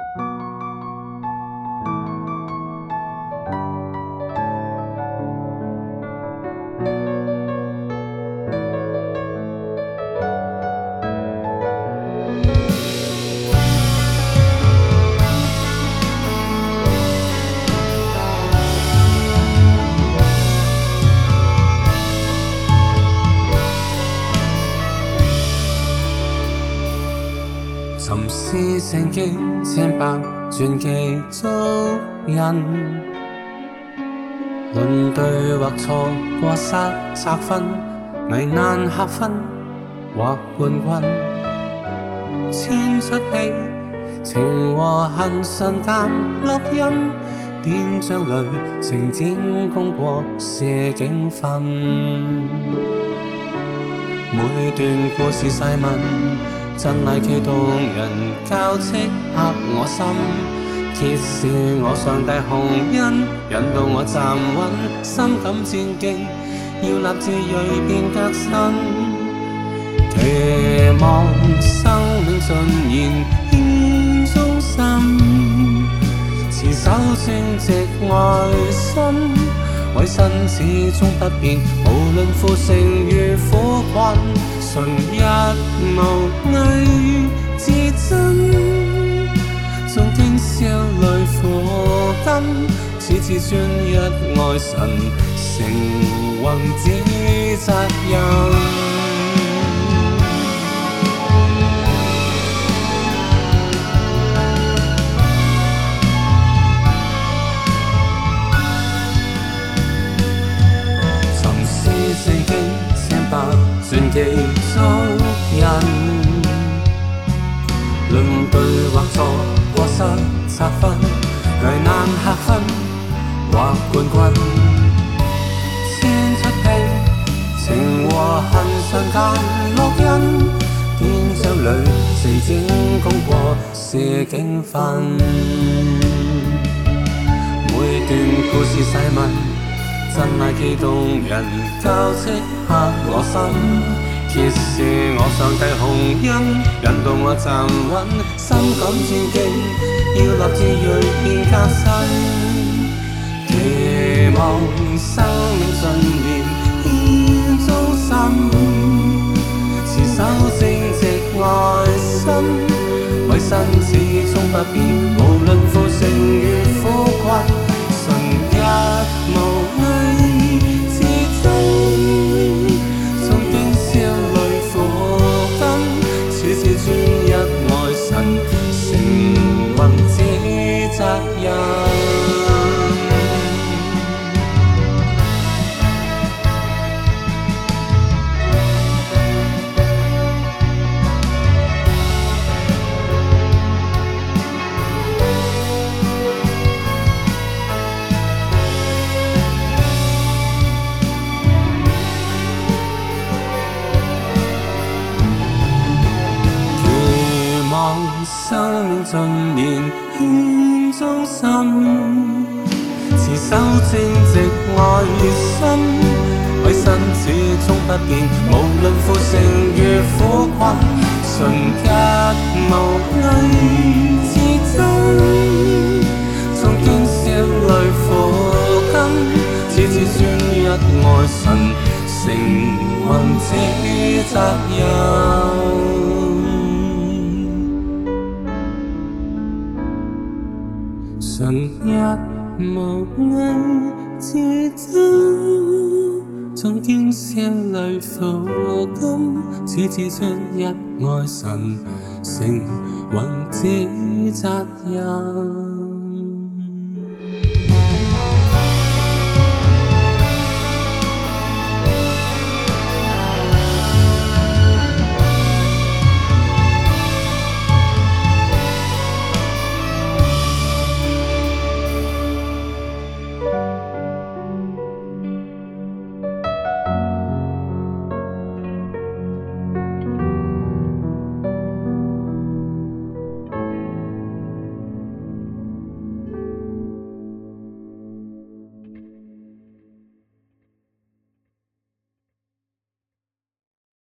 沉思圣经千百传奇足印，论对或错过失拆分，危难客分或冠军，千出戏情和恨瞬间烙印，便像雷情剪攻过射景分，每段故事细问。真丽奇动人，交織刻我心，揭示我上帝紅恩，引導我站穩，心感戰兢，要立志鋭變革新，期望生命盡然獻忠心，持守正直愛心。委身始終不變，無論負盛與苦困，純一無偽至真。縱經笑淚苦甘，此次專一愛神，承宏之責任。聖經千百傳奇足印，論對或錯過失拆分，危難客分或冠軍，千出戲情和恨瞬間烙印，見像雷情剪攻過射景分，每段故事細問。真麗奇動人，交織刻我心，揭示我上帝紅恩，引導我站穩，心感戰兢，要立志鋭變革新，期望生命盡年獻忠心，持守正直愛心，委身始終不變，無論負盛與苦困。純一無偽至真，縱經笑淚苦甘，此次專一愛神，承宏之責任。生命盡年獻忠心，持守正直愛心，委身始終不變，無論負盛與苦困，純一無偽至真，縱經笑淚苦甘，此次專一愛神，承宏之責任。純一無偽至真，縱經笑淚苦甘，此次專一愛神，承宏之責任。